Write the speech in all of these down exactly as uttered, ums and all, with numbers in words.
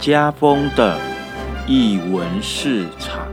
家风的艺文市场。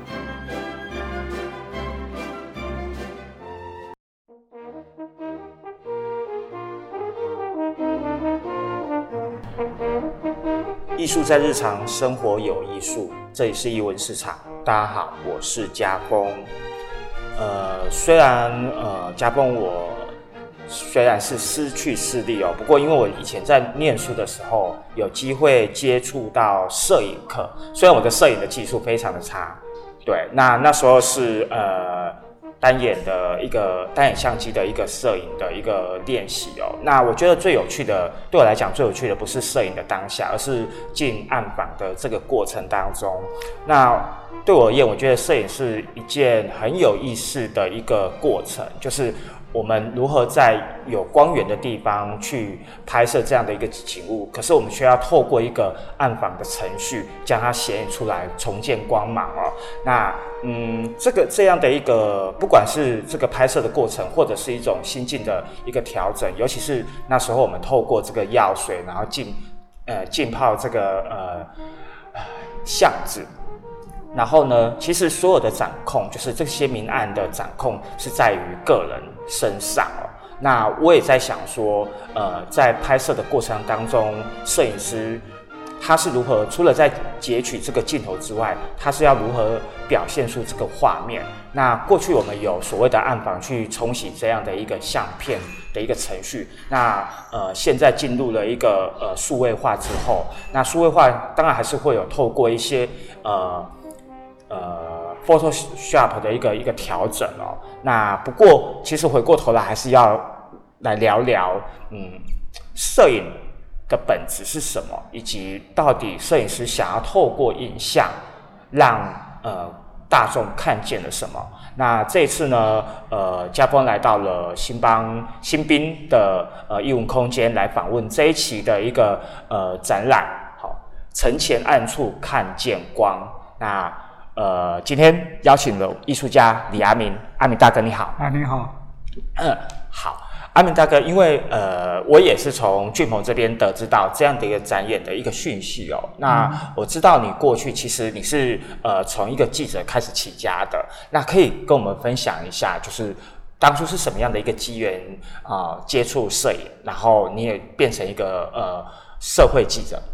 艺术在日常生活有艺术，这里是艺文市场。大家好，我是家风。呃，虽然呃家风我虽然是失去视力哦，不过因为我以前在念书的时候有机会接触到摄影课，虽然我的摄影的技术非常的差，对，那那时候是呃单眼的一个单眼相机的一个摄影的一个练习哦。那我觉得最有趣的，对我来讲最有趣的不是摄影的当下，而是进暗房的这个过程当中。那对我而言，我觉得摄影是一件很有意思的一个过程，就是我们如何在有光源的地方去拍摄这样的一个景物，可是我们需要透过一个暗房的程序将它显影出来，重建光芒哦。那嗯，这个这样的一个，不管是这个拍摄的过程，或者是一种心境的一个调整，尤其是那时候我们透过这个药水，然后浸呃浸泡这个呃巷子。然后呢，其实所有的掌控，就是这些明暗的掌控，是在于个人身上哦。那我也在想说，呃，在拍摄的过程当中，摄影师他是如何，除了在截取这个镜头之外，他是要如何表现出这个画面？那过去我们有所谓的暗房去冲洗这样的一个相片的一个程序，那呃现在进入了一个呃数位化之后，那数位化当然还是会有透过一些呃。呃 ，Photoshop 的一个一个调整哦。那不过，其实回过头来还是要来聊聊，嗯，摄影的本质是什么，以及到底摄影师想要透过影像让呃大众看见了什么。那这一次呢，呃，家风来到了新邦新滨的呃艺文空间来访问这一期的一个呃展览，好，城前暗处看见光。那呃，今天邀请了艺术家李阿明，阿明大哥你好。 啊，你好。 嗯，好，阿明大哥，因为呃，我也是从俊鹏这边得知到这样的一个展演的一个讯息哦。那我知道你过去其实你是呃从一个记者开始起家的，那可以跟我们分享一下，就是当初是什么样的一个机缘啊、呃、接触摄影，然后你也变成一个呃社会记者。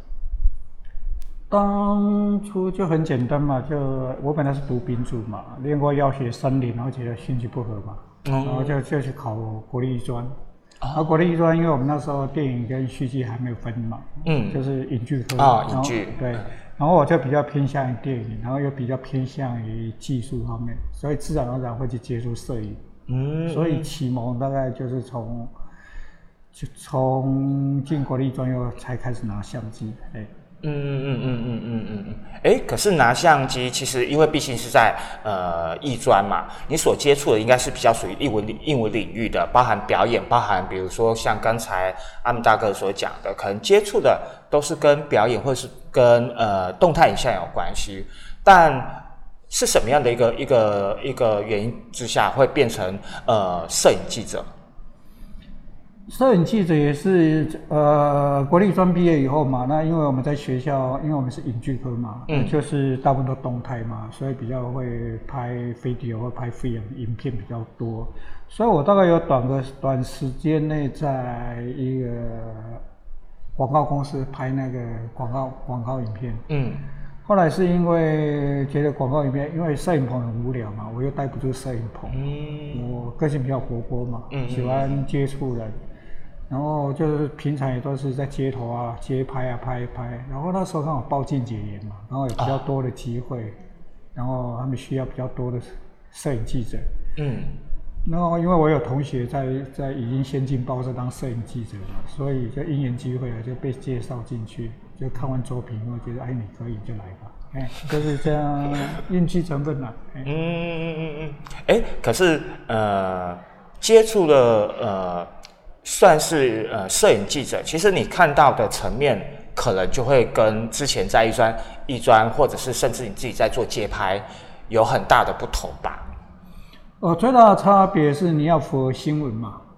当初就很简单嘛，就我本来是读兵组嘛，练过药学三年，然后觉得兴趣不合嘛，嗯、然后就就去考国立艺专。哦、然后国立艺专，因为我们那时候电影跟戏剧还没有分嘛，嗯，就是影剧科啊，影剧对。然后我就比较偏向于电影，然后又比较偏向于技术方面，所以自然而然会去接触摄影。嗯，所以启蒙大概就是从就从进国立艺专又才开始拿相机，哎。 嗯嗯嗯嗯嗯嗯嗯，哎，可是拿相机，其实因为毕竟是在呃艺专嘛，你所接触的应该是比较属于艺文艺文领域的，包含表演，包含比如说像刚才阿明大哥所讲的，可能接触的都是跟表演或是跟呃动态影像有关系，但是什么样的一个一个一个原因之下会变成呃摄影记者？ 摄影记者也是呃国立专毕业以后嘛，那因为我们在学校，因为我们是影剧科嘛，嗯，就是大部分都动态嘛，所以比较会拍 video 或拍 film 影片比较多，所以我大概有短个短时间内在一个广告公司拍那个广告广告影片，嗯。后来是因为觉得广告影片，因为摄影棚很无聊嘛，我又带不住摄影棚，嗯，我个性比较活泼嘛，嗯，喜欢接触人。然后就是平常也都是在街头啊、街拍啊拍一拍，然后那时候刚好报禁解严嘛，然后有比较多的机会，啊、然后他们需要比较多的摄影记者，嗯，然后因为我有同学在在已经先进报社当摄影记者嘛，所以就因缘机会啊就被介绍进去，就看完作品我觉得哎你可以就来吧，哎就是这样运气成分啦，哎、嗯嗯嗯嗯，哎可是呃接触了呃。算是呃摄影记者，其实你看到的层面可能就会跟之前在艺专、艺专，或者是甚至你自己在做街拍有很大的不同吧？ 呃，最大的差别是你要符合新闻嘛，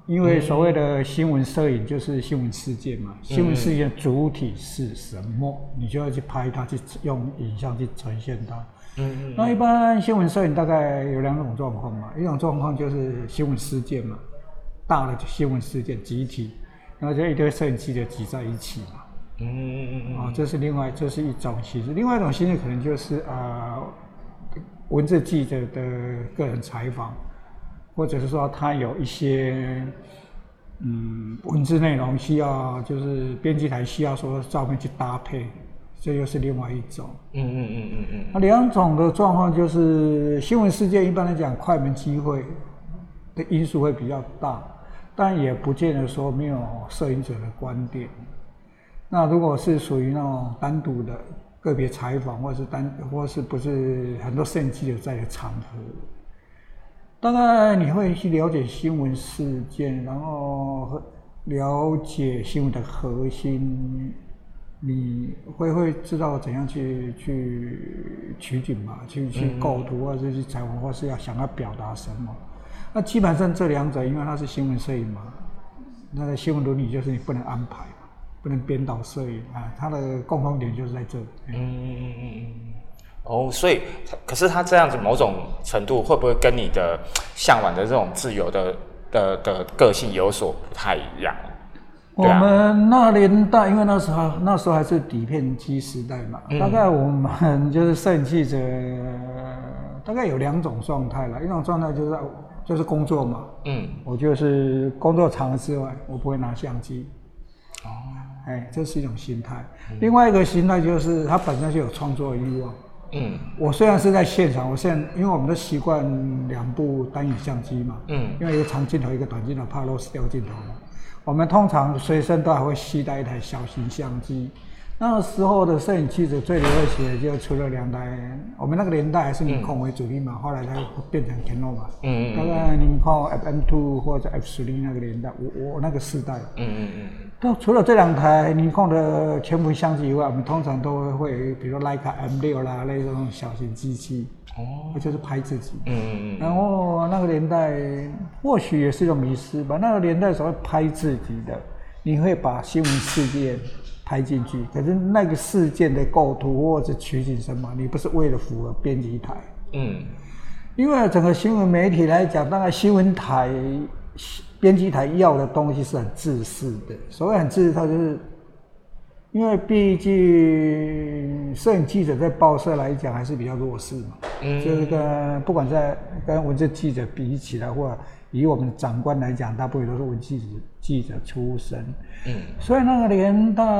因为所谓的新闻摄影就是新闻事件嘛，新闻事件主体是什么，你就要去拍它，去用影像去呈现它。嗯，那一般新闻摄影大概有两种状况嘛，一种状况就是新闻事件嘛，大的新闻事件集体，然后就一堆摄影记者挤在一起嘛。嗯嗯嗯嗯。啊，这是另外这是一种形式，另外一种形式可能就是呃文字记者的个人采访。或者是说他有一些嗯文字内容需要，就是编辑台需要说照片去搭配，这又是另外一种。嗯嗯嗯嗯嗯。那两种的状况就是新闻事件一般来讲快门机会的因素会比较大，但也不见得说没有摄影者的观点。那如果是属于那种单独的个别采访，或是单或是不是很多摄影记者在的场合。大概你会去了解新闻事件，然后了解新闻的核心，你会会知道怎样去去取景吧，去去构图，或者是去采访，或是要想要表达什么。那基本上这两者，因为它是新闻摄影嘛，那个新闻伦理就是你不能安排嘛，不能编导摄影啊，它的共同点就是在这里。嗯嗯嗯嗯。 哦，所以可是他这样子某种程度会不会跟你的向往的这种自由的的的个性有所不太一样？ 我们那年代，因为那时候那时候还是底片机时代嘛，嗯、大概我们就是摄影记者，大概有两种状态啦。一种状态就是就是工作嘛，嗯，我就是工作场合之外，我不会拿相机。哦，哎，这是一种心态。嗯、另外一个心态就是他本身就有创作欲望。嗯，我虽然是在现场，我现在因为我们都习惯两部单眼相机嘛，嗯，因为一个长镜头，一个短镜头，怕 loss 掉镜头嘛。我们通常随身都还会携带一台小型相机。那时候的摄影记者最流行的就除了两台，我们那个年代还是尼康为主力嘛，嗯、后来才变成 Canon 嘛。嗯嗯。大概尼康 F M 二 或者 F 三 那个年代，我我那个世代。嗯嗯嗯。都除了这两台尼康的全幅相机以外，我们通常都会，比如说 Leica M 六 啦，类似这种小型机器。哦。就是拍自己。嗯嗯嗯。然后那个年代或许也是一种迷思吧，那个年代所谓拍自己的，你会把新闻事件拍进去，可是那个事件的构图或者取景什么，你不是为了符合编辑台。嗯。因为整个新闻媒体来讲，大概新闻台。编辑台要的东西是很自私的，所谓很自私，它就是因为毕竟摄影记者在报社来讲还是比较弱势嘛，嗯，就是跟不管在跟文字记者比起来，或者以我们长官来讲，大部分都是文字记者记者出身，嗯，所以那个年代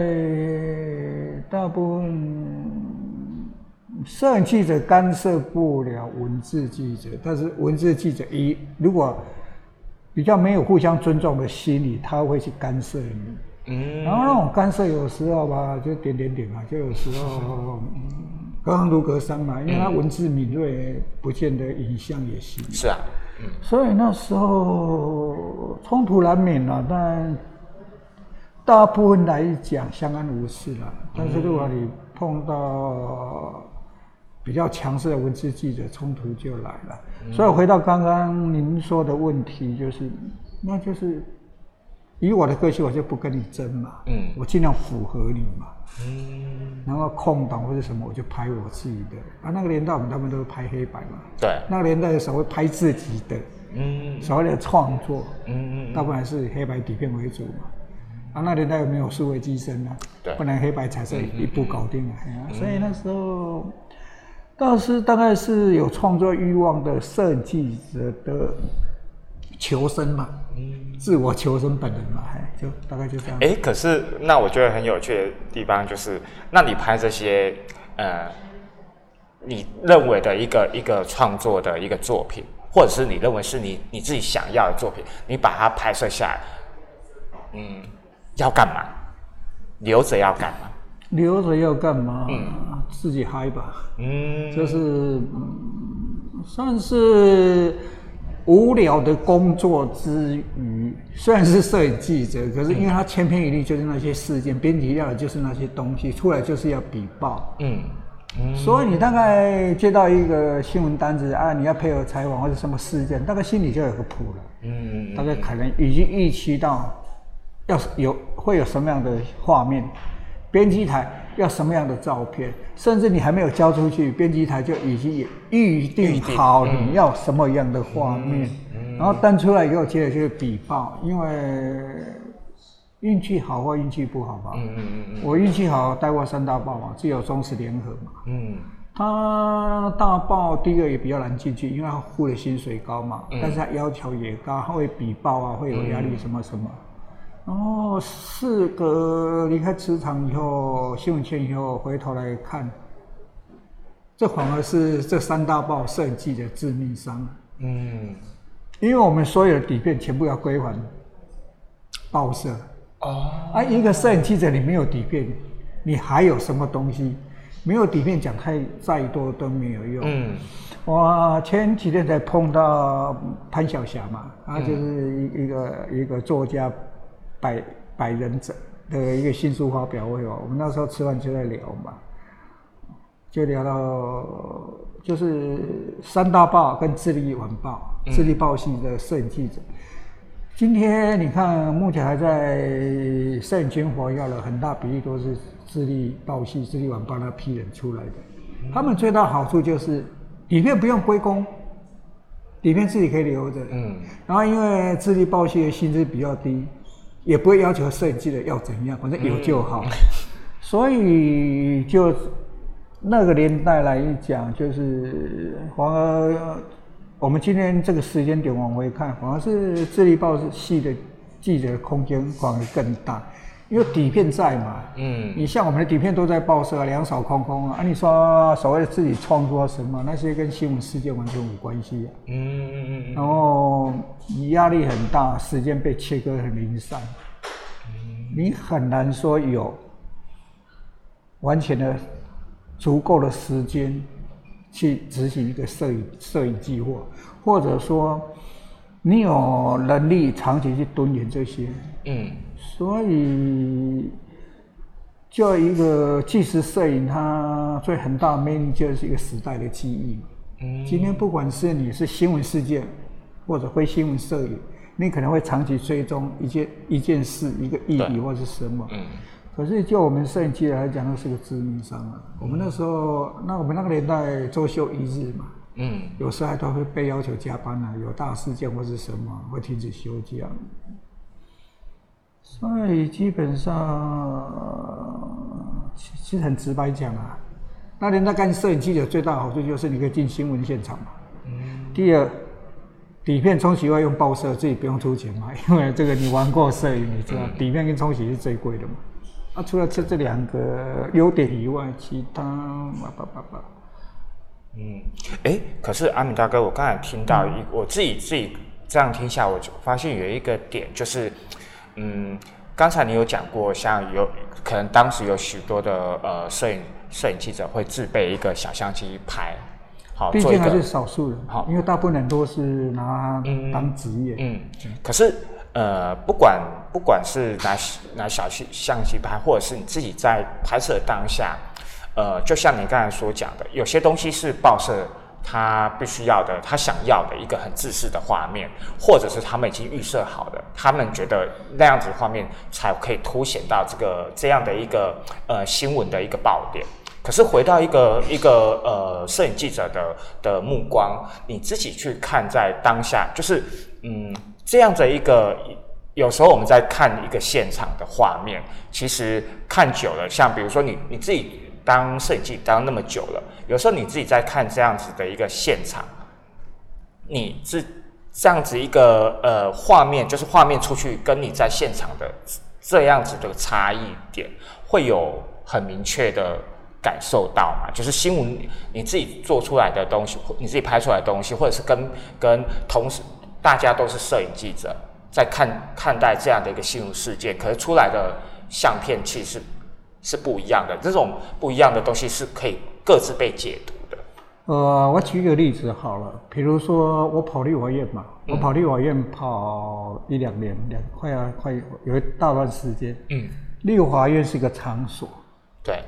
大部分摄影记者干涉不了文字记者，但是文字记者一如果比较没有互相尊重的心理，他会去干涉你。嗯，然后那种干涉有时候吧，就点点点嘛，就有时候、嗯、隔行如隔山嘛，因为他文字敏锐，不见得影像也行。 是啊，嗯， 所以那时候冲突难免啦，但大部分来讲相安无事啦。但是如果你碰到比较强势的文字记者，冲突就来了。嗯、所以回到刚刚您说的问题，就是，那就是以我的个性，我就不跟你争嘛，嗯，我尽量符合你嘛，嗯，然后空档或者什么，我就拍我自己的。啊，那个年代我们他们都是拍黑白嘛， 对， 那个年代所谓拍自己的，嗯，所谓的创作，嗯嗯，大部分还是黑白底片为主嘛。啊，那年代有没有数位机身啊？对，不然黑白彩色一步搞定了，嗯嗯、所以那时候。倒是大概是有创作欲望的摄影记者的求生嘛，嗯，自我求生本能嘛，就大概就这样。 哎、欸，可是那我觉得很有趣的地方就是，那你拍这些呃，你认为的一个一个创作的一个作品，或者是你认为是你你自己想要的作品，你把它拍摄下来，嗯，要干嘛？留着要干嘛？ 留着要干嘛？嗯，自己嗨吧。嗯，就是、嗯、算是无聊的工作之余，虽然是摄影记者，可是因为他千篇一律就是那些事件，编辑要的就是那些东西，出来就是要比报。嗯， 嗯、所以你大概接到一个新闻单子啊，你要配合采访或者什么事件，大概心里就有个谱了。嗯，大概可能已经预期到要有会有什么样的画面，编辑台要什么样的照片，甚至你还没有交出去，编辑台就已经预定好你要什么样的画面，嗯嗯、然后登出来以后，接着就是比报，因为运气好或运气不好吧。嗯嗯嗯我运气好，待过三大报嘛，只有中时联合嘛。嗯。他大报第一个也比较难进去，因为他付的薪水高嘛，嗯、但是他要求也高，他会比报啊，会有压力什么什么。然后事隔离开职场以后，新闻圈以后回头来看，这反而是这三大报摄影记者致命伤。嗯，因为我们所有的底片全部要归还报社。哦，啊，一个摄影记者你没有底片，你还有什么东西？没有底片讲太再多都没有用。嗯，我前几天才碰到潘晓霞嘛，他就是一个、嗯、一个作家百百人者的一个新书发表会哦。我们那时候吃饭就在聊嘛，就聊到就是三大报跟智利晚报、嗯、智利报系的摄影记者。今天你看，目前还在摄影圈活跃了，很大比例都是智利报系、智利晚报那批人出来的。嗯、他们最大的好处就是底片不用归公，底片自己可以留着。嗯。然后因为智利报系的薪资比较低，也不会要求摄影记者要怎样，反正有就好。嗯、所以就那个年代来讲，就是反而。我们今天这个时间点往回看，反而是智利报系的记者的空间反而更大，因为底片在嘛。嗯，你像我们的底片都在报社啊，两手空空啊。啊，你说所谓的自己创作什么，那些跟新闻事件完全无关系啊。嗯嗯嗯。然后你压力很大，时间被切割很零散，你很难说有完全的足够的时间。去执行一个摄影摄影计划，或者说你有能力长期去蹲研这些，嗯，所以就一个纪实摄影，它最很大的魅力就是一个时代的记忆。嗯，今天不管是你是新闻事件，或者非新闻摄影，你可能会长期追踪一件一件事、一个议题或是什么。嗯。可是就我们摄影记者来讲，那是个致命伤啊。我们那时候，那我们那个年代周休一日嘛，嗯，有时候还都会被要求加班啊，有大事件或是什么会停止休假。所以基本上，其实很直白讲啊，那年代干摄影记者最大的好处就是你可以进新闻现场嘛。嗯。第二，底片冲洗要用报社，自己不用出钱买，因为这个你玩过摄影，你知道，嗯、底片跟冲洗是最贵的嘛。啊，除了这这两个优点以外，其他叭叭叭叭。 嗯，哎、欸，可是阿敏大哥，我刚才听到一，我自己自己这样听下，我就发现有一个点，就是，嗯，刚才你有讲过，像有可能当时有许多的呃摄影摄影记者会自备一个小相机拍，好， 毕竟还是少数人，好，因为大部分人都是拿它当职业。嗯， 嗯可是。呃，不管不管是拿拿小相机拍，或者是你自己在拍摄的当下，呃，就像你刚才所讲的，有些东西是报社他必须要的，他想要的一个很自私的画面，或者是他们已经预设好的，他们觉得那样子画面才可以凸显到这个这样的一个呃新闻的一个爆点。可是回到一个一个呃摄影记者的的目光，你自己去看在当下，就是嗯。这样的一个，有时候我们在看一个现场的画面，其实看久了，像比如说你你自己当摄影记当那么久了，有时候你自己在看这样子的一个现场，你是这样子一个呃画面，就是画面出去跟你在现场的这样子的差异点，会有很明确的感受到嘛？就是新闻你自己做出来的东西，你自己拍出来的东西，或者是跟跟同时。大家都是摄影记者，在看看待这样的一个新闻事件，可是出来的相片其实是是不一样的。这种不一样的东西是可以各自被解读的。 呃，我举一个例子好了，比如说我跑立法院嘛，嗯、我跑立法院跑一两年，两快要快有一大段时间。嗯，立法院是一个场所， 对，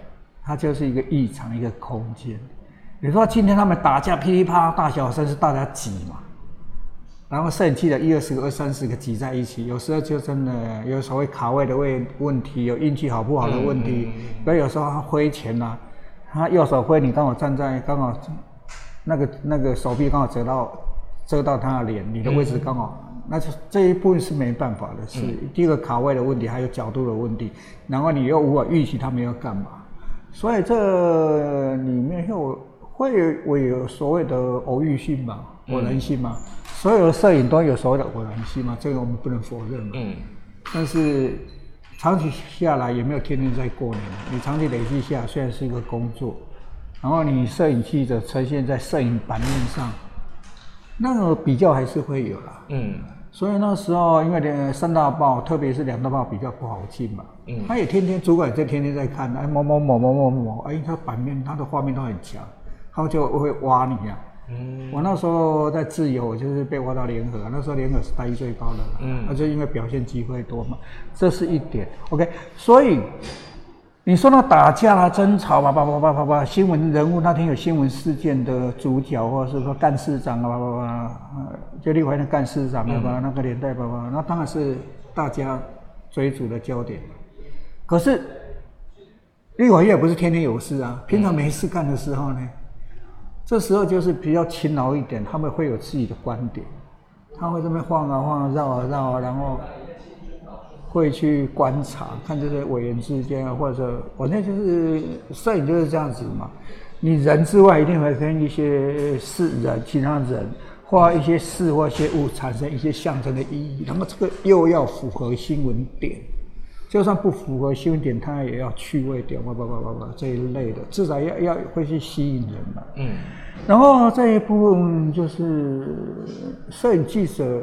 它就是一个异常一个空间。比如说今天他们打架噼里啪啦大小声是大家挤嘛，然后摄影器的一二十个二三十个挤在一起，有时候就真的有所谓卡位的问问题，有运气好不好的问题，所以有时候他挥拳啦、啊，他右手挥你刚好站在刚好那个那个手臂刚好遮到遮到他的脸，你的位置刚好。那就这一部分是没办法的事，嗯、第一个卡位的问题，还有角度的问题，然后你又无法预期他们要干嘛，所以这里面有会会有所谓的偶遇性嘛，偶然性嘛，嗯、所有的摄影都有所谓的偶然性嘛，这个我们不能否认嘛。嗯。但是长期下来也没有天天在过年，你长期累积下来虽然是一个工作，然后你摄影记者呈现在摄影版面上，那个比较还是会有啦。嗯。所以那时候，因为三大报，特别是两大报比较不好进嘛，嗯，他也天天主管也在天天在看，哎，某某某某某某，哎，他版面他的画面都很强，他就会挖你啊。嗯，我那时候在自由，我就是被挖到联合，那时候联合是待遇最高的，嗯，那就因为表现机会多嘛，这是一点。OK， 所以你说那打架啦、争吵吧，叭叭叭叭叭，新闻人物那天有新闻事件的主角，或者是说干事长啊，叭叭叭，就立委的干事长啊，叭、嗯、那个年代叭叭，那当然是大家追逐的焦点。可是立委也不是天天有事啊，平常没事干的时候呢，这时候就是比较勤劳一点，他们会有自己的观点，他会这么晃啊晃啊、绕啊绕啊，然后会去观察，看这些委员之间啊，或者我那就是摄影就是这样子嘛。你人之外，一定会跟一些事人、其他人或一些事或一些物产生一些象征的意义，然后这个又要符合新闻点，就算不符合新闻点，它也要趣味点，叭叭叭叭叭这一类的，至少要要会去吸引人嘛。嗯。然后这一部分就是摄影记者。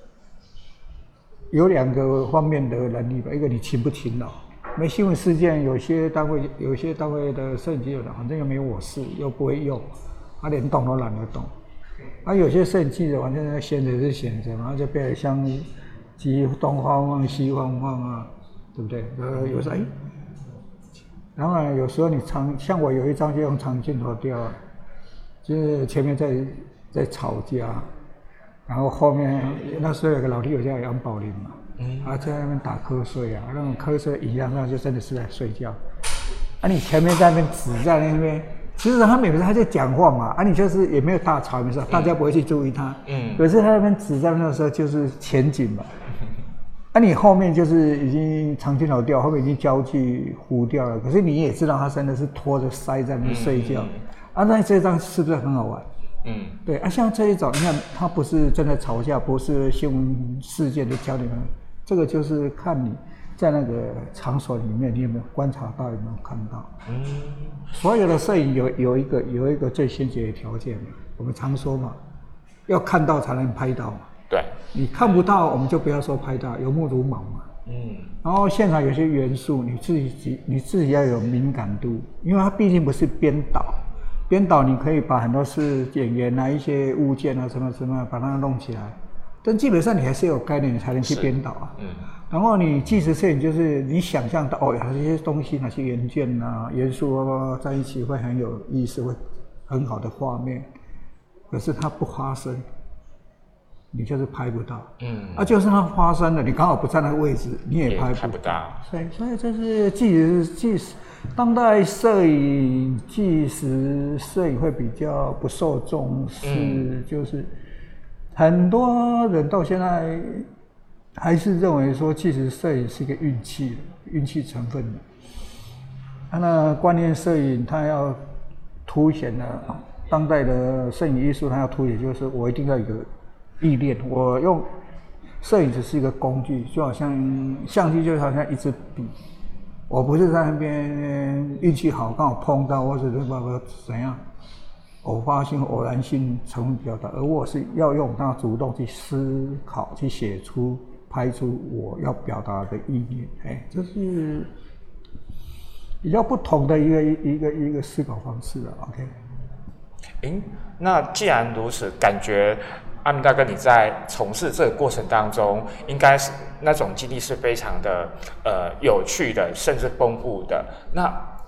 有两个方面的能力吧，一个你勤不勤劳，没新闻事件，有些单位有些单位的摄影记者反正又没有我事，又不会用，他连动都懒得动。啊，有些摄影记者反正闲着是闲着嘛，他就被像西东晃晃西晃晃啊，对不对？呃，有时候哎，然后有时候你长像我有一张就用长镜头调，就是前面在在吵架。然后后面那时候有个老弟友叫杨宝林嘛，嗯，他在那边打瞌睡啊，那种瞌睡一样，那就真的是在睡觉。啊，你前面在那边指在那边，其实他每次他在讲话嘛，啊，你就是也没有大吵，没事，大家不会去注意他，嗯，可是他那边指在那时候就是前景嘛，啊，你后面就是已经长镜头掉，后面已经焦距糊掉了，可是你也知道他真的是拖着腮在那边睡觉，嗯、啊，那这张是不是很好玩？嗯，对啊，像这一种，你看，它不是真的吵架，不是新闻事件的焦点，这个就是看你在那个场所里面，你有没有观察到，有没有看到？嗯，所有的摄影有有一个有一个最先决的条件嘛，我们常说嘛，要看到才能拍到嘛。对，你看不到，我们就不要说拍到，有目如盲嘛。嗯，然后现场有些元素，你自己你自己要有敏感度，因为它毕竟不是编导。编导你可以把很多是演员啊、一些物件啊什么什么把它弄起来，但基本上你还是有概念，你才能去编导啊。嗯。然后你纪实摄影就是你想象到哦，有些东西哪些元件啊、元素啊在一起会很有意思，会很好的画面，可是它不发生，你就是拍不到。嗯。啊，就是它发生了，你刚好不在那个位置，你也拍不到。也拍不到。所以，所以这是纪实纪实。当代摄影、纪实摄影会比较不受重视，嗯、就是很多人到现在还是认为说纪实摄影是一个运气、运气成分的。啊、那观念摄影它要凸显的当代的摄影艺术，它要凸显就是我一定要有一个意念，我用摄影只是一个工具，就好像相机就好像一支笔。我不是在那边运气好，刚好碰到，或者是包括怎样，偶发性、偶然性成分比较大，而我是要用它主动去思考、去写出、拍出我要表达的意念。哎，这是比较不同的一个一个一个思考方式了。OK。 诶，那既然如此，感觉阿明大哥你在从事这个过程当中，应该是那种经历是非常的呃有趣的，甚至丰富的。那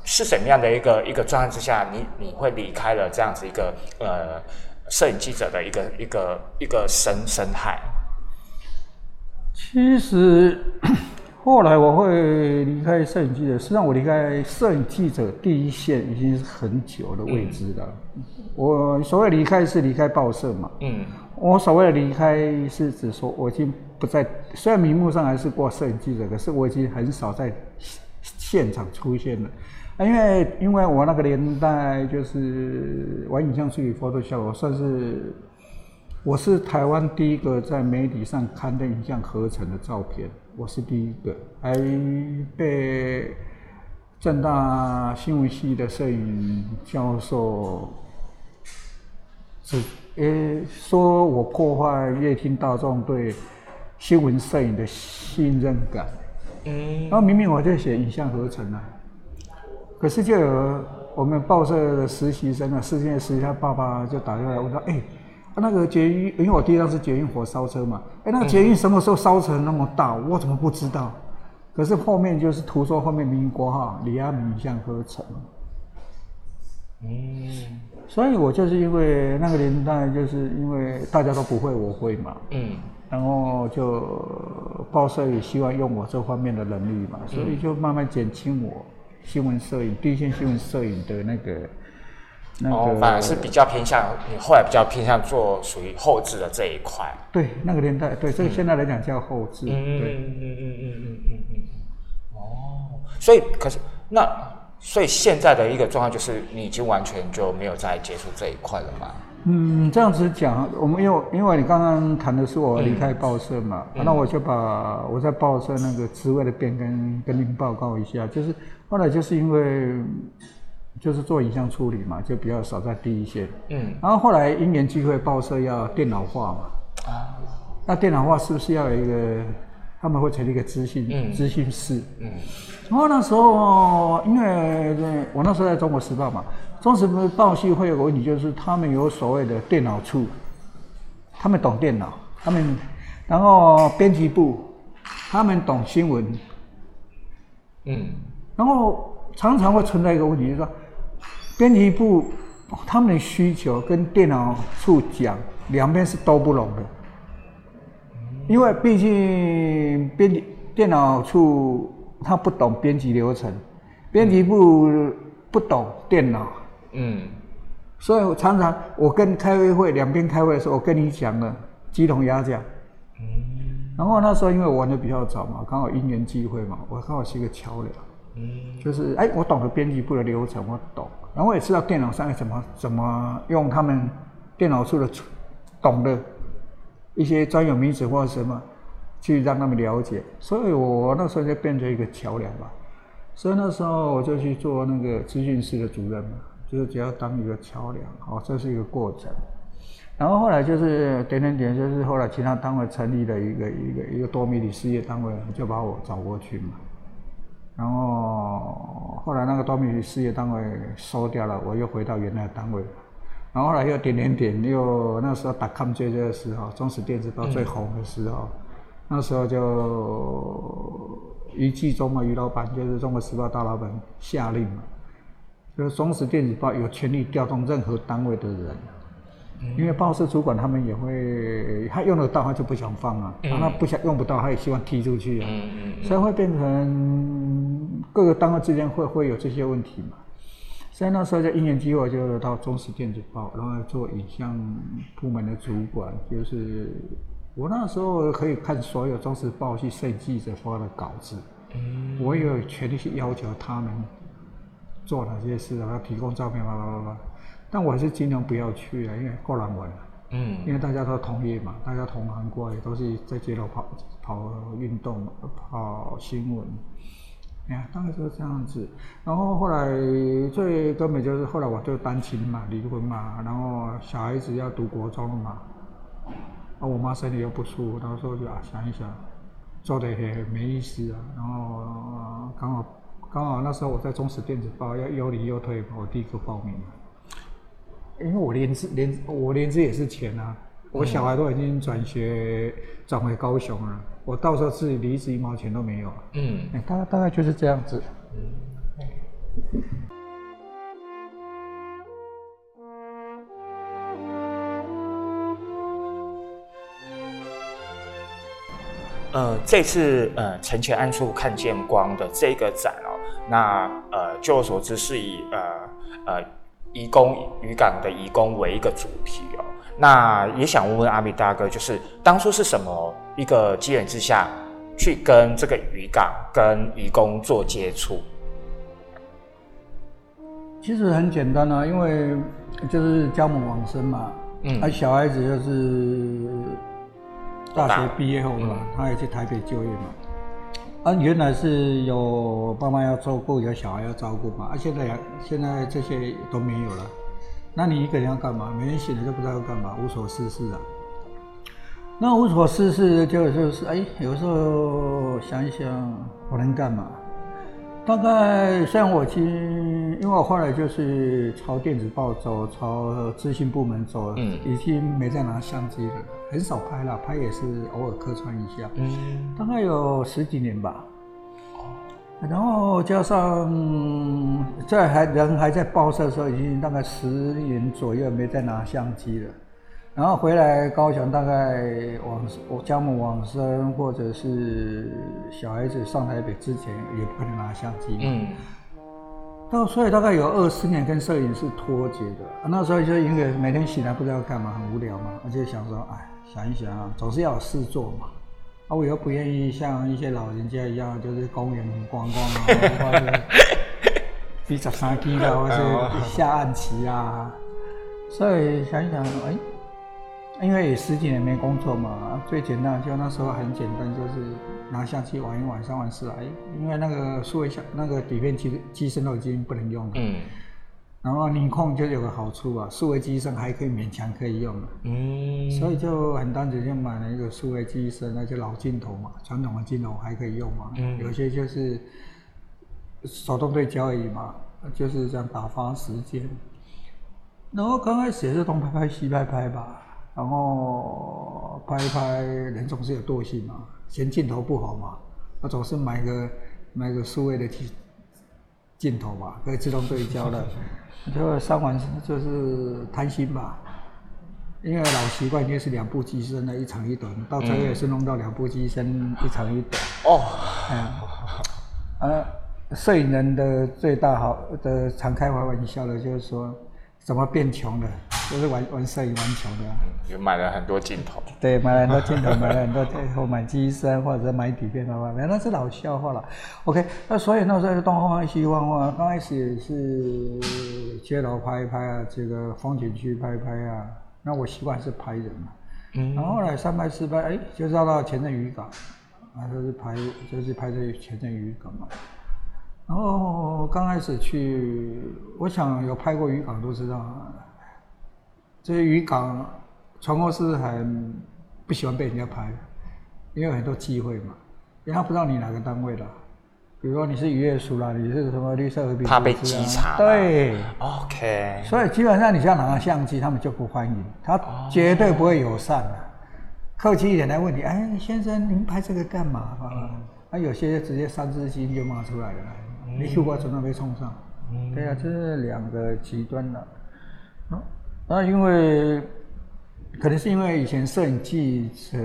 是什么样的一个一个状态之下，你你会离开了这样子一个呃摄影记者的一个一个一个生生态？ 其实后来我会离开摄影记者，实际上我离开摄影记者第一线已经是很久的位置了。嗯、我所谓离开是离开报社嘛，嗯，我所谓的离开是指说我已经不在，虽然名目上还是过摄影记者，可是我已经很少在现场出现了。啊、因为因为我那个年代就是玩影像处理 Photoshop， 我算是。我是台湾第一个在媒体上刊登影像合成的照片，我是第一个，还被政大新闻系的摄影教授只诶说我破坏乐听大众对新闻摄影的信任感。嗯，然后明明我在写影像合成啊，可是就有我们报社的实习生啊，世界实习他爸爸就打电话来问他，哎、欸。啊、那个捷运，因为我第一辆是捷运火烧车嘛，哎、欸，那个捷运什么时候烧成那么大，我怎么不知道？可是后面就是图说后面民国哈李阿敏影像合成，嗯，所以我就是因为那个年代，就是因为大家都不会，我会嘛，嗯，然后就报社也希望用我这方面的能力嘛，所以就慢慢减轻我新闻摄影、第一线新闻摄影的那个。那个、 哦，反而是比较偏向你后来比较偏向做属于后制的这一块。 对，那个年代，对这个现在来讲叫后制。嗯对嗯嗯嗯嗯嗯嗯嗯。哦，所以可是那所以现在的一个状况就是，你已经完全就没有在接触这一块了吗？ 嗯，这样子讲，我们因为因为你刚刚谈的是我离开报社嘛，嗯啊、那我就把我在报社那个职位的变更跟您报告一下，就是后来就是因为。就是做影像处理嘛，就比较少在第一线。嗯，然后后来因缘机会，报社要电脑化嘛。啊，那电脑化是不是要有一个？他们会成立一个资讯资讯室。嗯，然后那时候因为我那时候在中国时报嘛，中时报系会有个问题，就是他们有所谓的电脑处，他们懂电脑，他们，然后编辑部，他们懂新闻。嗯，然后常常会存在一个问题，就是说。编辑部他们的需求跟电脑处讲，两边是都不拢的，因为毕竟编辑电脑处他不懂编辑流程，编辑部不懂电脑，嗯，所以常常我跟开会两边开会的时候，我跟你讲了鸡同鸭讲，嗯，然后那时候因为我玩的比较早嘛，刚好因缘际会嘛，我刚好是一个桥梁，嗯，就是哎，我懂得编辑部的流程，我懂。然后我也知道电脑上怎么怎么用他们电脑处的懂的一些专有名词或者什么，去让他们了解。所以我那时候就变成一个桥梁吧。所以那时候我就去做那个资讯室的主任嘛，就是只要当一个桥梁，哦，这是一个过程。然后后来就是点点点，就是后来其他单位成立了一个一个一个多媒体事业单位，就把我找过去嘛。然后后来那个多媒体事业单位收掉了，我又回到原来的单位。然后后来又点点点，又那时候打 com 最热的时候，中时电子报最红的时候，嗯、那时候就一季中嘛，于老板就是中国时报大老板下令嘛，就是中时电子报有权利调动任何单位的人。因为报社主管他们也会，他用得到他就不想放啊，嗯、他不想用不到他也希望踢出去啊，嗯嗯嗯、所以会变成各个单位之间会会有这些问题嘛。所以那时候就因缘机会就到中时电子报，然后做影像部门的主管，就是我那时候可以看所有中时报系摄影记者发的稿子，嗯、我也有权利去要求他们做哪些事啊，要提供照片啦啦啦啦。但我还是尽量不要去啊，因为够难玩了。嗯，因为大家都同业嘛，大家同行过来都是在街头跑跑运动、跑新闻，哎呀，大概就是这样子。然后后来最根本就是后来我就单亲嘛，离婚嘛，然后小孩子要读国中了嘛，啊，我妈身体又不舒服，然后说就啊想一想，做的也没意思啊。然后刚好刚好那时候我在中时电子报要优离优退，我第一个报名了。因为我联资联我联资也是钱啊，我小孩都已经转学转回高雄了，我到时候自己离职一毛钱都没有了。嗯，大概大概就是这样子。嗯。 呃，这次呃城前暗处看见光的这个展哦，那呃，就我所知是以呃呃移工渔港的移工为一个主题哦。那也想问问阿米大哥，就是当初是什么一个机缘之下，去跟这个渔港跟移工做接触？ 其实很简单啊，因为就是家母往生嘛，嗯，而、啊、小孩子就是大学毕业后嘛，嗯、他也去台北就业嘛。啊，原来是有爸妈要照顾，有小孩要照顾嘛。啊，现在现在这些都没有了。那你一个人要干嘛？每天醒了就不知道要干嘛，无所事事啊。那无所事事就就是哎，有时候想一想我能干嘛？大概像我去，因为我后来就是朝电子报走，朝资讯部门走，嗯，已经没再拿相机了，很少拍了，拍也是偶尔客串一下，嗯，大概有十几年吧。然后加上在还人还在报社的时候，已经大概十年左右没再拿相机了。然后回来高雄，大概往我家母往生，或者是小孩子上台北之前，也不可能拿相机嘛。嗯。到所以大概有二十年跟摄影是脱节的。啊、那时候就因为每天醒来不知道干嘛，很无聊嘛，我就想说，哎，想一想啊，总是要有事做嘛。啊，我又不愿意像一些老人家一样，就是公园逛逛啊，或者比十三 K 啦，或是下暗棋啊。所以想一想，哎。因为也十几年没工作嘛，最简单就那时候很简单，就是拿相机玩一玩，上完事来。因为那个数位相那个底片机机身都已经不能用了，嗯。然后尼康就有个好处啊，数位机身还可以勉强可以用了，嗯。所以就很单纯就买了一个数位机身，那就老镜头嘛，传统的镜头还可以用嘛，嗯。有些就是手动对焦而已嘛，就是这样打发时间。然后刚开始也是东拍拍西拍拍吧。然后拍一拍，人总是有惰性嘛，嫌镜头不好嘛，我总是买个买个数位的镜头嘛，可以自动对焦的，就上完就是贪心吧，因为老习惯就是两部机身的一长一短，到最后也是弄到两部机身一长一短。哦，哎呀，啊，摄影人的最大好的常开玩笑的就是说，怎么变穷的？就是玩玩摄影玩穷的、啊， 也买了很多镜头。 对，买了很多镜头，买了很多后买机身或者买底片的话，那是老笑话了。OK， 那所以那时候东晃晃西晃晃，刚开始也是街头拍一拍啊，这个风景区拍一拍啊。那我习惯是拍人嘛，嗯。然后后来三拍四拍，哎，就绕到前镇渔港，啊，就是拍就是拍这前镇渔港嘛。然后刚开始去，我想有拍过渔港都知道。这些渔港，船公司很不喜欢被人家拍，因为有很多忌讳嘛，因为他不知道你哪个单位的，比如说你是渔业署啦，你是什么绿色和平、啊， 怕被稽查。 对 ，OK。所以基本上你只要拿相机，他们就不欢迎，他绝对不会友善的。客气一点来问你，哎，先生，您拍这个干嘛啊？嗯、啊，有些直接三字经就骂出来了，嗯、你去过准备被冲上。嗯、对啊，这是两个极端的。嗯那因为可能是因为以前摄影记者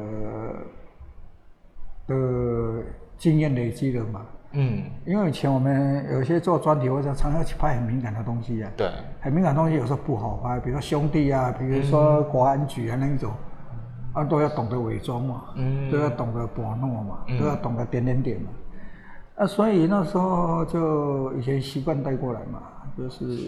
的经验累积了嘛，嗯，因为以前我们有些做专题或者常常去拍很敏感的东西啊， 对， 很敏感的东西有时候不好拍，比如说兄弟啊，比如说国安局啊那一种，啊都要懂得伪装嘛，嗯，都要懂得把弄嘛，嗯、都要懂得点点点嘛，啊，所以那时候就以前习惯带过来嘛，就是。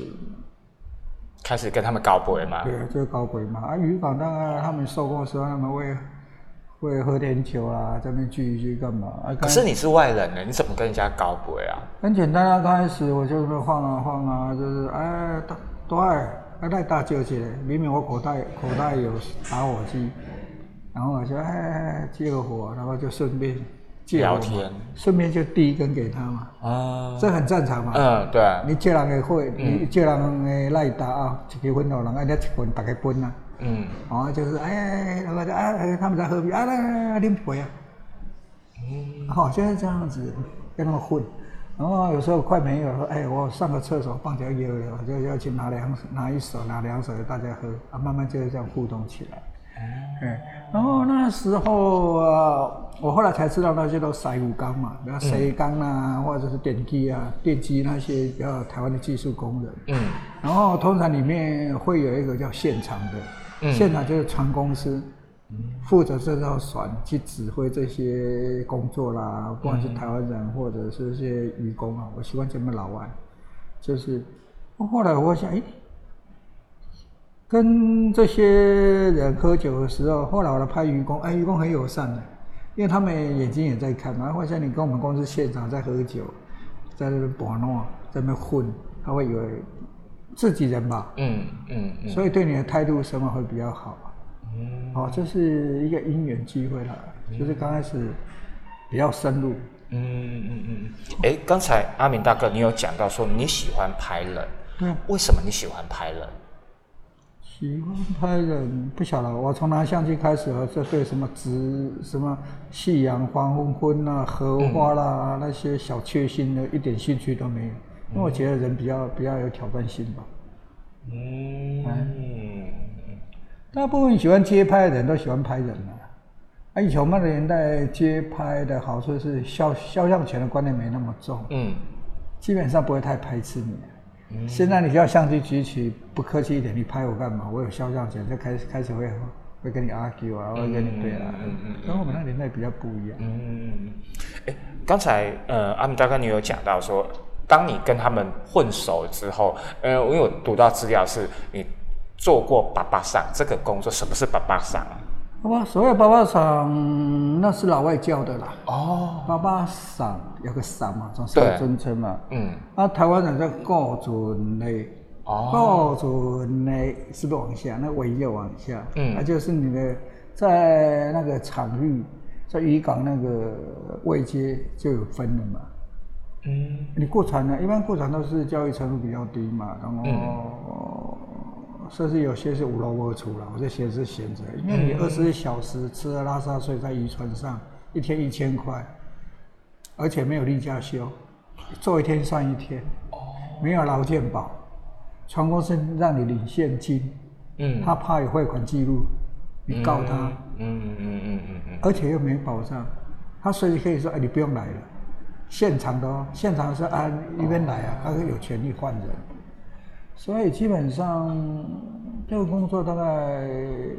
开始跟他们搞鬼嘛？ 对，就是搞鬼嘛。啊，渔港当然他们收工的时候，他们会会喝点酒啊，在那边聚一聚干嘛？啊， 可是你是外人呢，你怎么跟人家搞鬼啊？ 很简单啊，刚开始我就是晃啊晃啊，就是哎大大爱哎来大酒起来，明明我口袋口袋有打火机，然后我就哎借个火，然后就顺便。 聊天， 顺便就递一根给他嘛，啊，这很正常嘛。 嗯，对。 你借人的火，你借人的赖打啊，一个分到人，哎，你一份大家分啊。嗯。哦，就是哎，然后就啊，他们在喝啤，啊来来来，啉杯啊。嗯。好，就是这样子跟他们混，然后有时候快没有了，哎，我上个厕所棒脚有了，就要去拿两拿一手拿两手大家喝，啊，慢慢就是这样互动起来。 嗯，然后那时候啊，我后来才知道那些都筛五钢嘛，比如筛钢啊，或者是电机啊、电机那些比较台湾的技术工人。嗯，然后通常里面会有一个叫现场的，嗯、现场就是船公司。负责这艘船去指挥这些工作啦，不管是台湾人或者是这些渔工啊，我喜欢这边老外，就是后来我想，哎、欸，跟这些人喝酒的时候，后来我来拍渔工，哎、欸，渔工很友善的，因为他们眼睛也在看嘛，或者像你跟我们公司现场在喝酒，在那边玩弄，在那边混，他会以为自己人吧，嗯嗯嗯，所以对你的态度什么会比较好。嗯，哦，这是一个因缘机会啦，嗯、就是刚开始比较深入。 嗯嗯嗯。哎、欸，刚才阿明大哥你有讲到说你喜欢拍人， 对， 为什么你喜欢拍人？ 喜欢拍人不晓得，我从拿相机开始，就对什么直什么夕阳黄昏昏啊、荷花啦、嗯、那些小确幸的一点兴趣都没有，因为我觉得人比较比较有挑战性吧。嗯。嗯，大部分喜欢街拍的人都喜欢拍人啊。啊，以前我们的年代街拍的好处是肖肖像权的观念没那么重，嗯，基本上不会太排斥你。嗯、现在你只要相机举起，不客气一点，你拍我干嘛？我有肖像权，就开始开始会会跟你 argue 啊，会跟你对啦。嗯嗯。跟我们那年代比较不一样。嗯。 哎，刚才呃阿明大哥你有讲到说，当你跟他们混熟之后，呃，我有读到资料是你做过爸爸桑这个工作。什么是爸爸桑啊？ 好吧，所谓爸爸桑那是老外教的啦。哦，爸爸桑有个桑嘛，总是个尊称嘛。嗯。啊，台湾人叫顾准嘞。哦。顾准嘞是不是往下？那尾就往下。嗯。那、啊、就是你的在那个场域，在渔港那个位阶就有分了嘛。嗯。你过船呢？一般过船都是教育程度比较低嘛，然后。嗯，甚至有些是无楼而出了，我这些是闲着，因为你二十四小时吃喝拉撒睡在渔船上，一天一千块，而且没有例假休，做一天算一天，没有劳健保，船公司让你领现金，嗯，他怕有汇款记录，你告他，嗯嗯嗯嗯嗯嗯，而且又没保障，他随时可以说，哎，你不用来了，现场的哦，现场是按一边来啊，他是有权利换人。所以基本上这个工作大概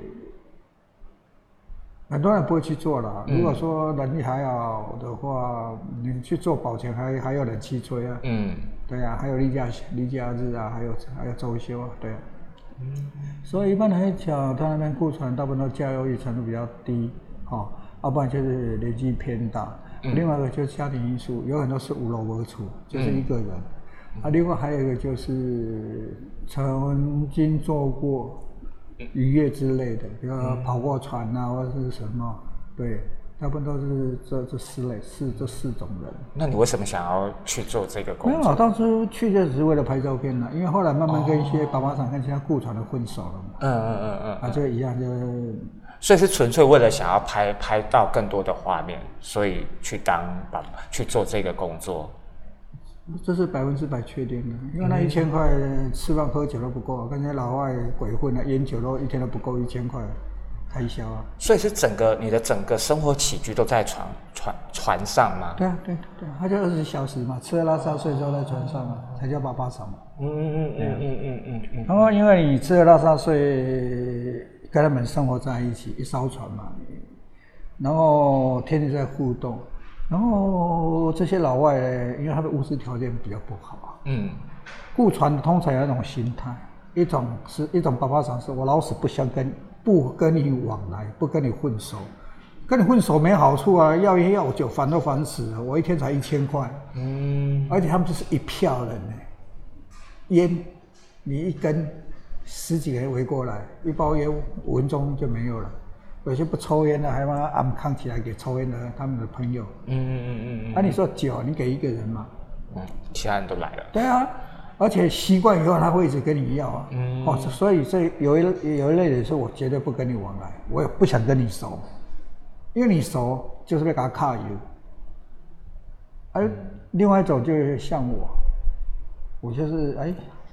很多人不会去做了。嗯、如果说能力还好的话，你去做保全还还有冷气吹啊。嗯。对啊，还有例假例假日啊，还有还有周休啊，对啊。嗯。所以一般来讲，他那边雇船大部分都教育程度比较低，哦，要不然就是年纪偏大。嗯、另外一个就是家庭因素，有很多是无楼而出，就是一个人。嗯啊，另外还有一个就是曾经做过渔业之类的，比如说跑过船啊，或者是什么，对，大部分都是这这四类四这四种人。 那你为什么想要去做这个工作？ 没有，当初去就只是为了拍照片啦，因为后来慢慢跟一些爸爸厂跟其他雇船的混熟了嘛。嗯嗯嗯嗯。啊，这个一样就。 所以是纯粹为了想要拍拍到更多的画面，所以去当爸爸去做这个工作。 这是百分之百确定的，因为那一千块吃饭喝酒都不够，跟那些老外鬼混啊，烟酒都一天都不够一千块开销啊。 所以是整个你的整个生活起居都在船船船上吗？ 对啊，对对，他就二十小时嘛，吃喝拉撒睡都在船上嘛，才叫爸爸桑嘛。嗯嗯嗯嗯嗯嗯嗯嗯。然后因为你吃喝拉撒睡跟他们生活在一起，一艘船嘛，然后天天在互动。然后这些老外呢，因为他的物质条件比较不好，嗯，雇船通常有一种心态，一种是一种爸爸桑是我老死不相跟，不跟你往来，不跟你混熟，跟你混熟没好处啊，要烟要酒，烦都烦死了。我一天才一千块，嗯，而且他们就是一票人呢，烟你一根十几个人围过来，一包烟五分钟就没有了。有些不抽烟的，还把他安康起来给抽烟的他们的朋友。嗯嗯嗯嗯。那、啊、你说酒，你给一个人嘛？ 嗯，其他人都来了。 对啊，而且习惯以后他会一直跟你要啊。嗯。哦，所以这有一有一类人是我绝对不跟你往来，我也不想跟你熟，因为你熟就是被给他卡油。而另外一种就是像我，我就是哎。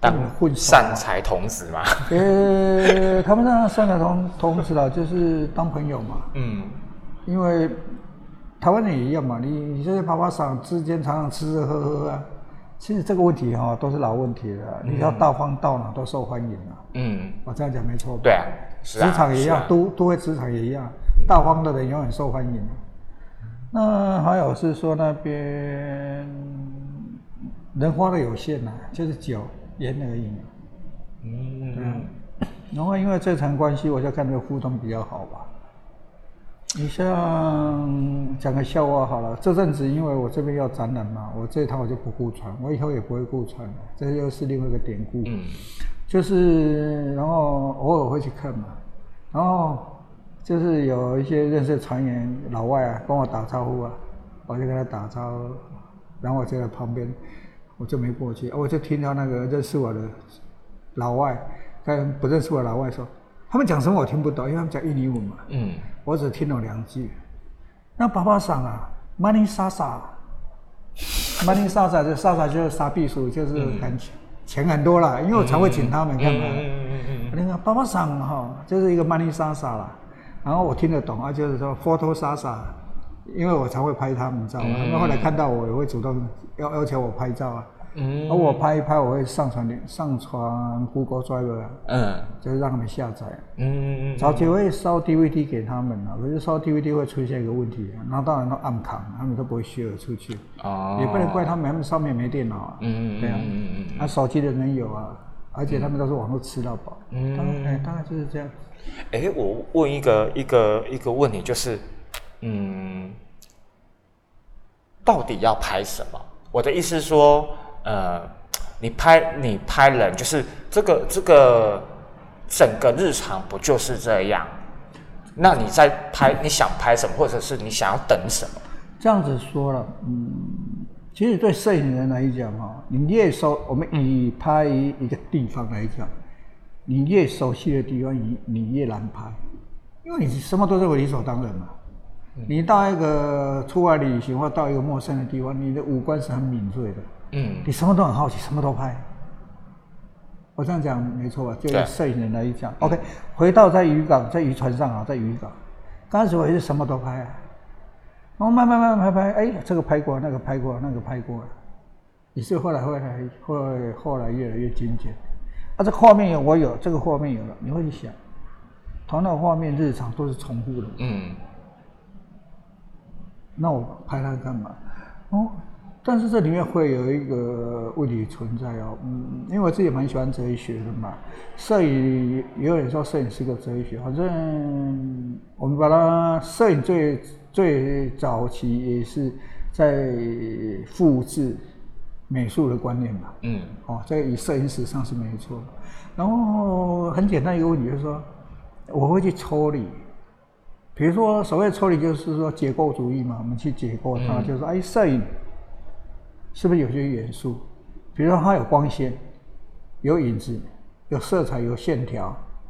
当善财童子嘛？ 呃，他们那善财童童子啦，就是当朋友嘛。嗯，因为台湾人也一样嘛，你你这些爸爸桑之间常常吃吃喝喝啊，其实这个问题哈、哦、都是老问题了。嗯、你要大方到哪都受欢迎啊。嗯，我这样讲没错吧？ 对啊，是啊， 职场也一样， 啊、 都都会职场也一样，大方的人永远受欢迎。那还有是说那边人花的有限呐、啊，就是酒烟而已。嗯，对啊。然后因为这层关系，我就看这个互动比较好吧。你像讲个笑话好了，这阵子因为我这边要展览嘛，我这一趟我就不顾船，我以后也不会顾船了，这又是另外一个典故。嗯，就是然后偶尔会去看嘛，然后就是有一些认识的船员老外啊跟我打招呼啊，我就跟他打招呼，然后我就在旁边，我就没过去，我就听到那个认识我的老外跟不认识我的老外说，他们讲什么我听不懂，因为他们讲印尼文嘛。嗯。我只听懂两句。那爸爸桑啊，马尼莎莎，马尼莎莎就莎莎就是沙避暑，就是很钱、嗯、钱很多啦，因为我常会请他们干嘛？嗯嗯嗯嗯。那个爸爸桑哈，就是一个马尼莎莎啦。然后我听得懂啊，就是说 photo 莎莎，因为我常会拍他们照嘛，他们、嗯、后来看到我也会主动要要求我拍照啊。嗯，而我拍一拍，我会上传上传 Google Drive 啊，嗯，就是让他们下载。嗯，早期会烧 D V D 给他们啊，可是烧 D V D 会出现一个问题，然后当然都暗扛，他们都不会 share 出去。哦，也不能怪他们，他们上面没电脑啊。嗯对啊，嗯嗯那、啊、手机的人有啊，而且他们都是网络吃到饱。嗯，大概大概就是这样。 哎、欸，我问一个一个一个问题，就是，嗯，到底要拍什么？我的意思是说。呃，你拍你拍人，就是这个这个整个日常不就是这样？那你在拍，你想拍什么，或者是你想要等什么？ 这样子说了，嗯，其实对摄影人来讲哈，你越熟，我们以拍一个地方来讲，你越熟悉的地方，你你越难拍，因为你什么都认为理所当然嘛。你到一个出外旅行或到一个陌生的地方，你的五官是很敏锐的。嗯，你什么都很好奇，什么都拍。我这样讲没错吧？就是摄影人来讲 ，OK。回到在渔港，在渔船上啊，在渔港，刚开始我也是什么都拍啊，然后慢慢慢慢拍拍，哎，这个拍过，那个拍过，那个拍过了，也是后来后来会后来越来越精简。啊，这个画面有我有，这个画面有了，你会去想，同样的画面日常都是重复的。嗯。那我拍它干嘛？哦。但是这里面会有一个问题存在哦，嗯，因为我自己蛮喜欢哲学的嘛，摄影也有人说摄影是个哲学，反正我们把它摄影最最早期也是在复制美术的观念嘛，嗯，哦，在以摄影史上是没错，然后很简单一个问题就是说，我会去抽离，比如说所谓抽离就是说结构主义嘛，我们去解构它，嗯、就是说哎摄影。是不是有些元素？比如说它有光线、有影子、有色彩、有线条，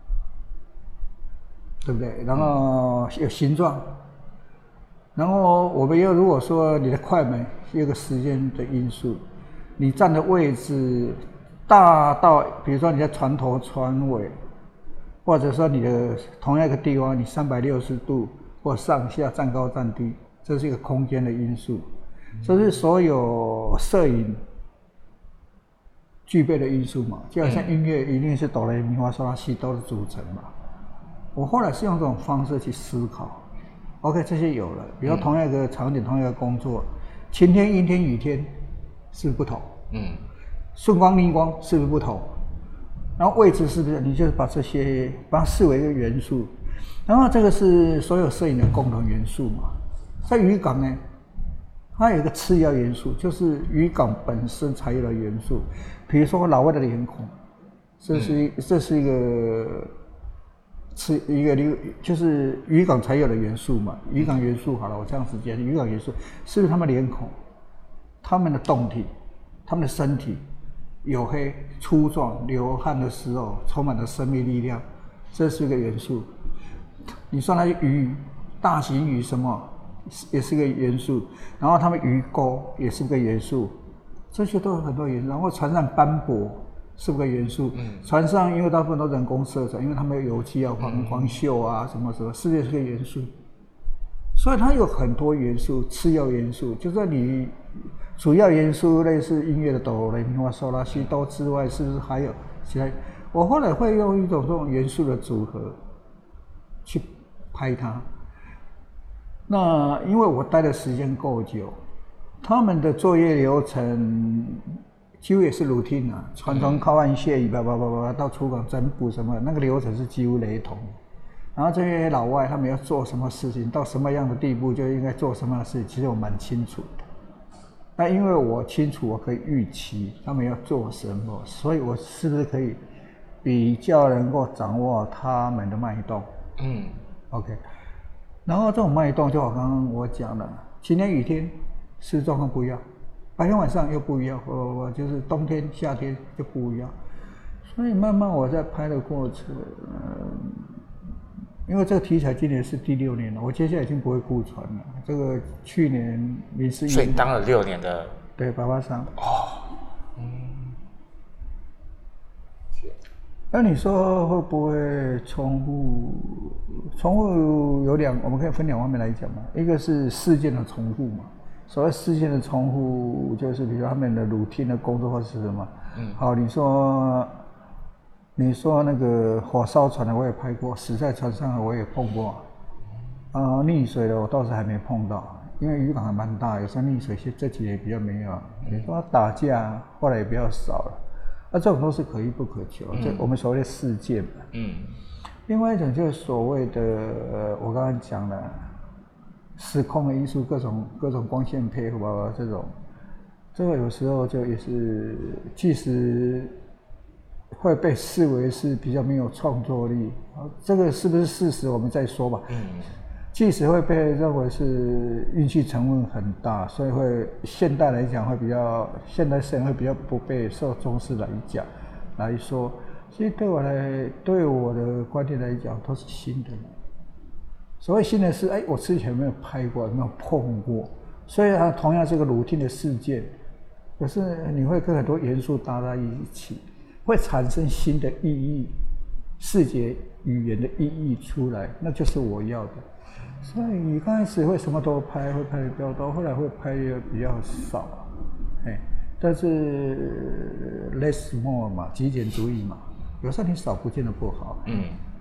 对不对？然后有形状，然后我们又如果说你的快门是一个时间的因素，你站的位置大到，比如说你在船头、船尾，或者说你的同样一个地方，你三百六十度或上下站高站低，这是一个空间的因素。这是所有摄影具备的因素嘛，就好像音乐一定是哆来咪发嗦拉西哆的组成嘛。我后来是用这种方式去思考 ，OK， 这些有了，比如同样一个场景、同样一个工作，晴天、阴天、雨天是不是不同？嗯，顺光、逆光是不是不同？然后位置是不是？你就是把这些把它视为一个元素，然后这个是所有摄影的共同元素嘛。在渔港呢？它有一个次要元素，就是渔港本身才有的元素，比如说老外的脸孔，这是一、嗯、这是一个是一个就是渔港才有的元素嘛。渔港元素好了，我这样子讲，渔港元素是不是他们脸孔、他们的胴体、他们的身体黝黑、粗壮、流汗的时候充满了生命力量，这是一个元素。你说那些鱼，大型鱼什么？也是个元素，然后他们鱼钩也是个元素，这些都有很多元素。然后船上斑驳， 四个元素。 嗯， 船上因为大部分都人工设成，因为他们有油漆啊、防防锈啊什么什么，四十个元素，所以它有很多元素，次要元素，就在你主要元素类似音乐的哆来咪发嗦拉西哆之外，是不是还有其他？我后来会用一种这种元素的组合去拍它。那因为我待的时间够久，他们的作业流程几乎也是 routine 啊，船从靠岸卸乙，叭叭叭叭到出港整补什么，那个流程是几乎雷同。然后这些老外他们要做什么事情，到什么样的地步就应该做什么样的事情，其实我蛮清楚的。那因为我清楚，我可以预期他们要做什么，所以我是不是可以比较能够掌握他们的脉动？嗯 ，OK。然后这种脉动，就好刚刚我讲的，晴天、雨天，是状况不一样，白天晚上又不一样，我我就是冬天、夏天就不一样。所以慢慢我在拍的过程，呃、因为这个题材今年是第六年了，我接下来已经不会顾船了。这个去年民事， 所以当了六年的对爸爸桑哦，嗯。 那你说会不会重复？重复有两，我们可以分两方面来讲嘛。一个是事件的重复嘛，所谓事件的重复，就是比如他们的 routine 的工作或是什么。嗯。好，你说，你说那个火烧船的我也拍过，死在船上的我也碰过，啊、呃，溺水的我倒是还没碰到，因为渔港还蛮大，有时候溺水这几年比较没有。你说打架，后来也比较少了。那、啊、这种都是可遇不可求，这、嗯、我们所谓的事件嘛。嗯。另外一种就是所谓的，呃，我刚刚讲的时空的因素，各种各种光线配合这种，这个有时候就也是，即使会被视为是比较没有创作力，这个是不是事实我们再说吧。嗯。即使会被认为是运气成分很大，所以会现代来讲会比较现代摄影会比较不被受重视来讲来说，其实对我来对我的观点来讲都是新的。所谓新的是，哎，我之前没有拍过，没有碰过，所以它同样是个 routine 的事件，可是你会跟很多元素搭在一起，会产生新的意义，视觉语言的意义出来，那就是我要的。所以你刚开始会什么都拍，会拍的比较多，后来会拍的比较少，哎，但是 less more 嘛，极简主义嘛，有时候你少不见得不好。嗯。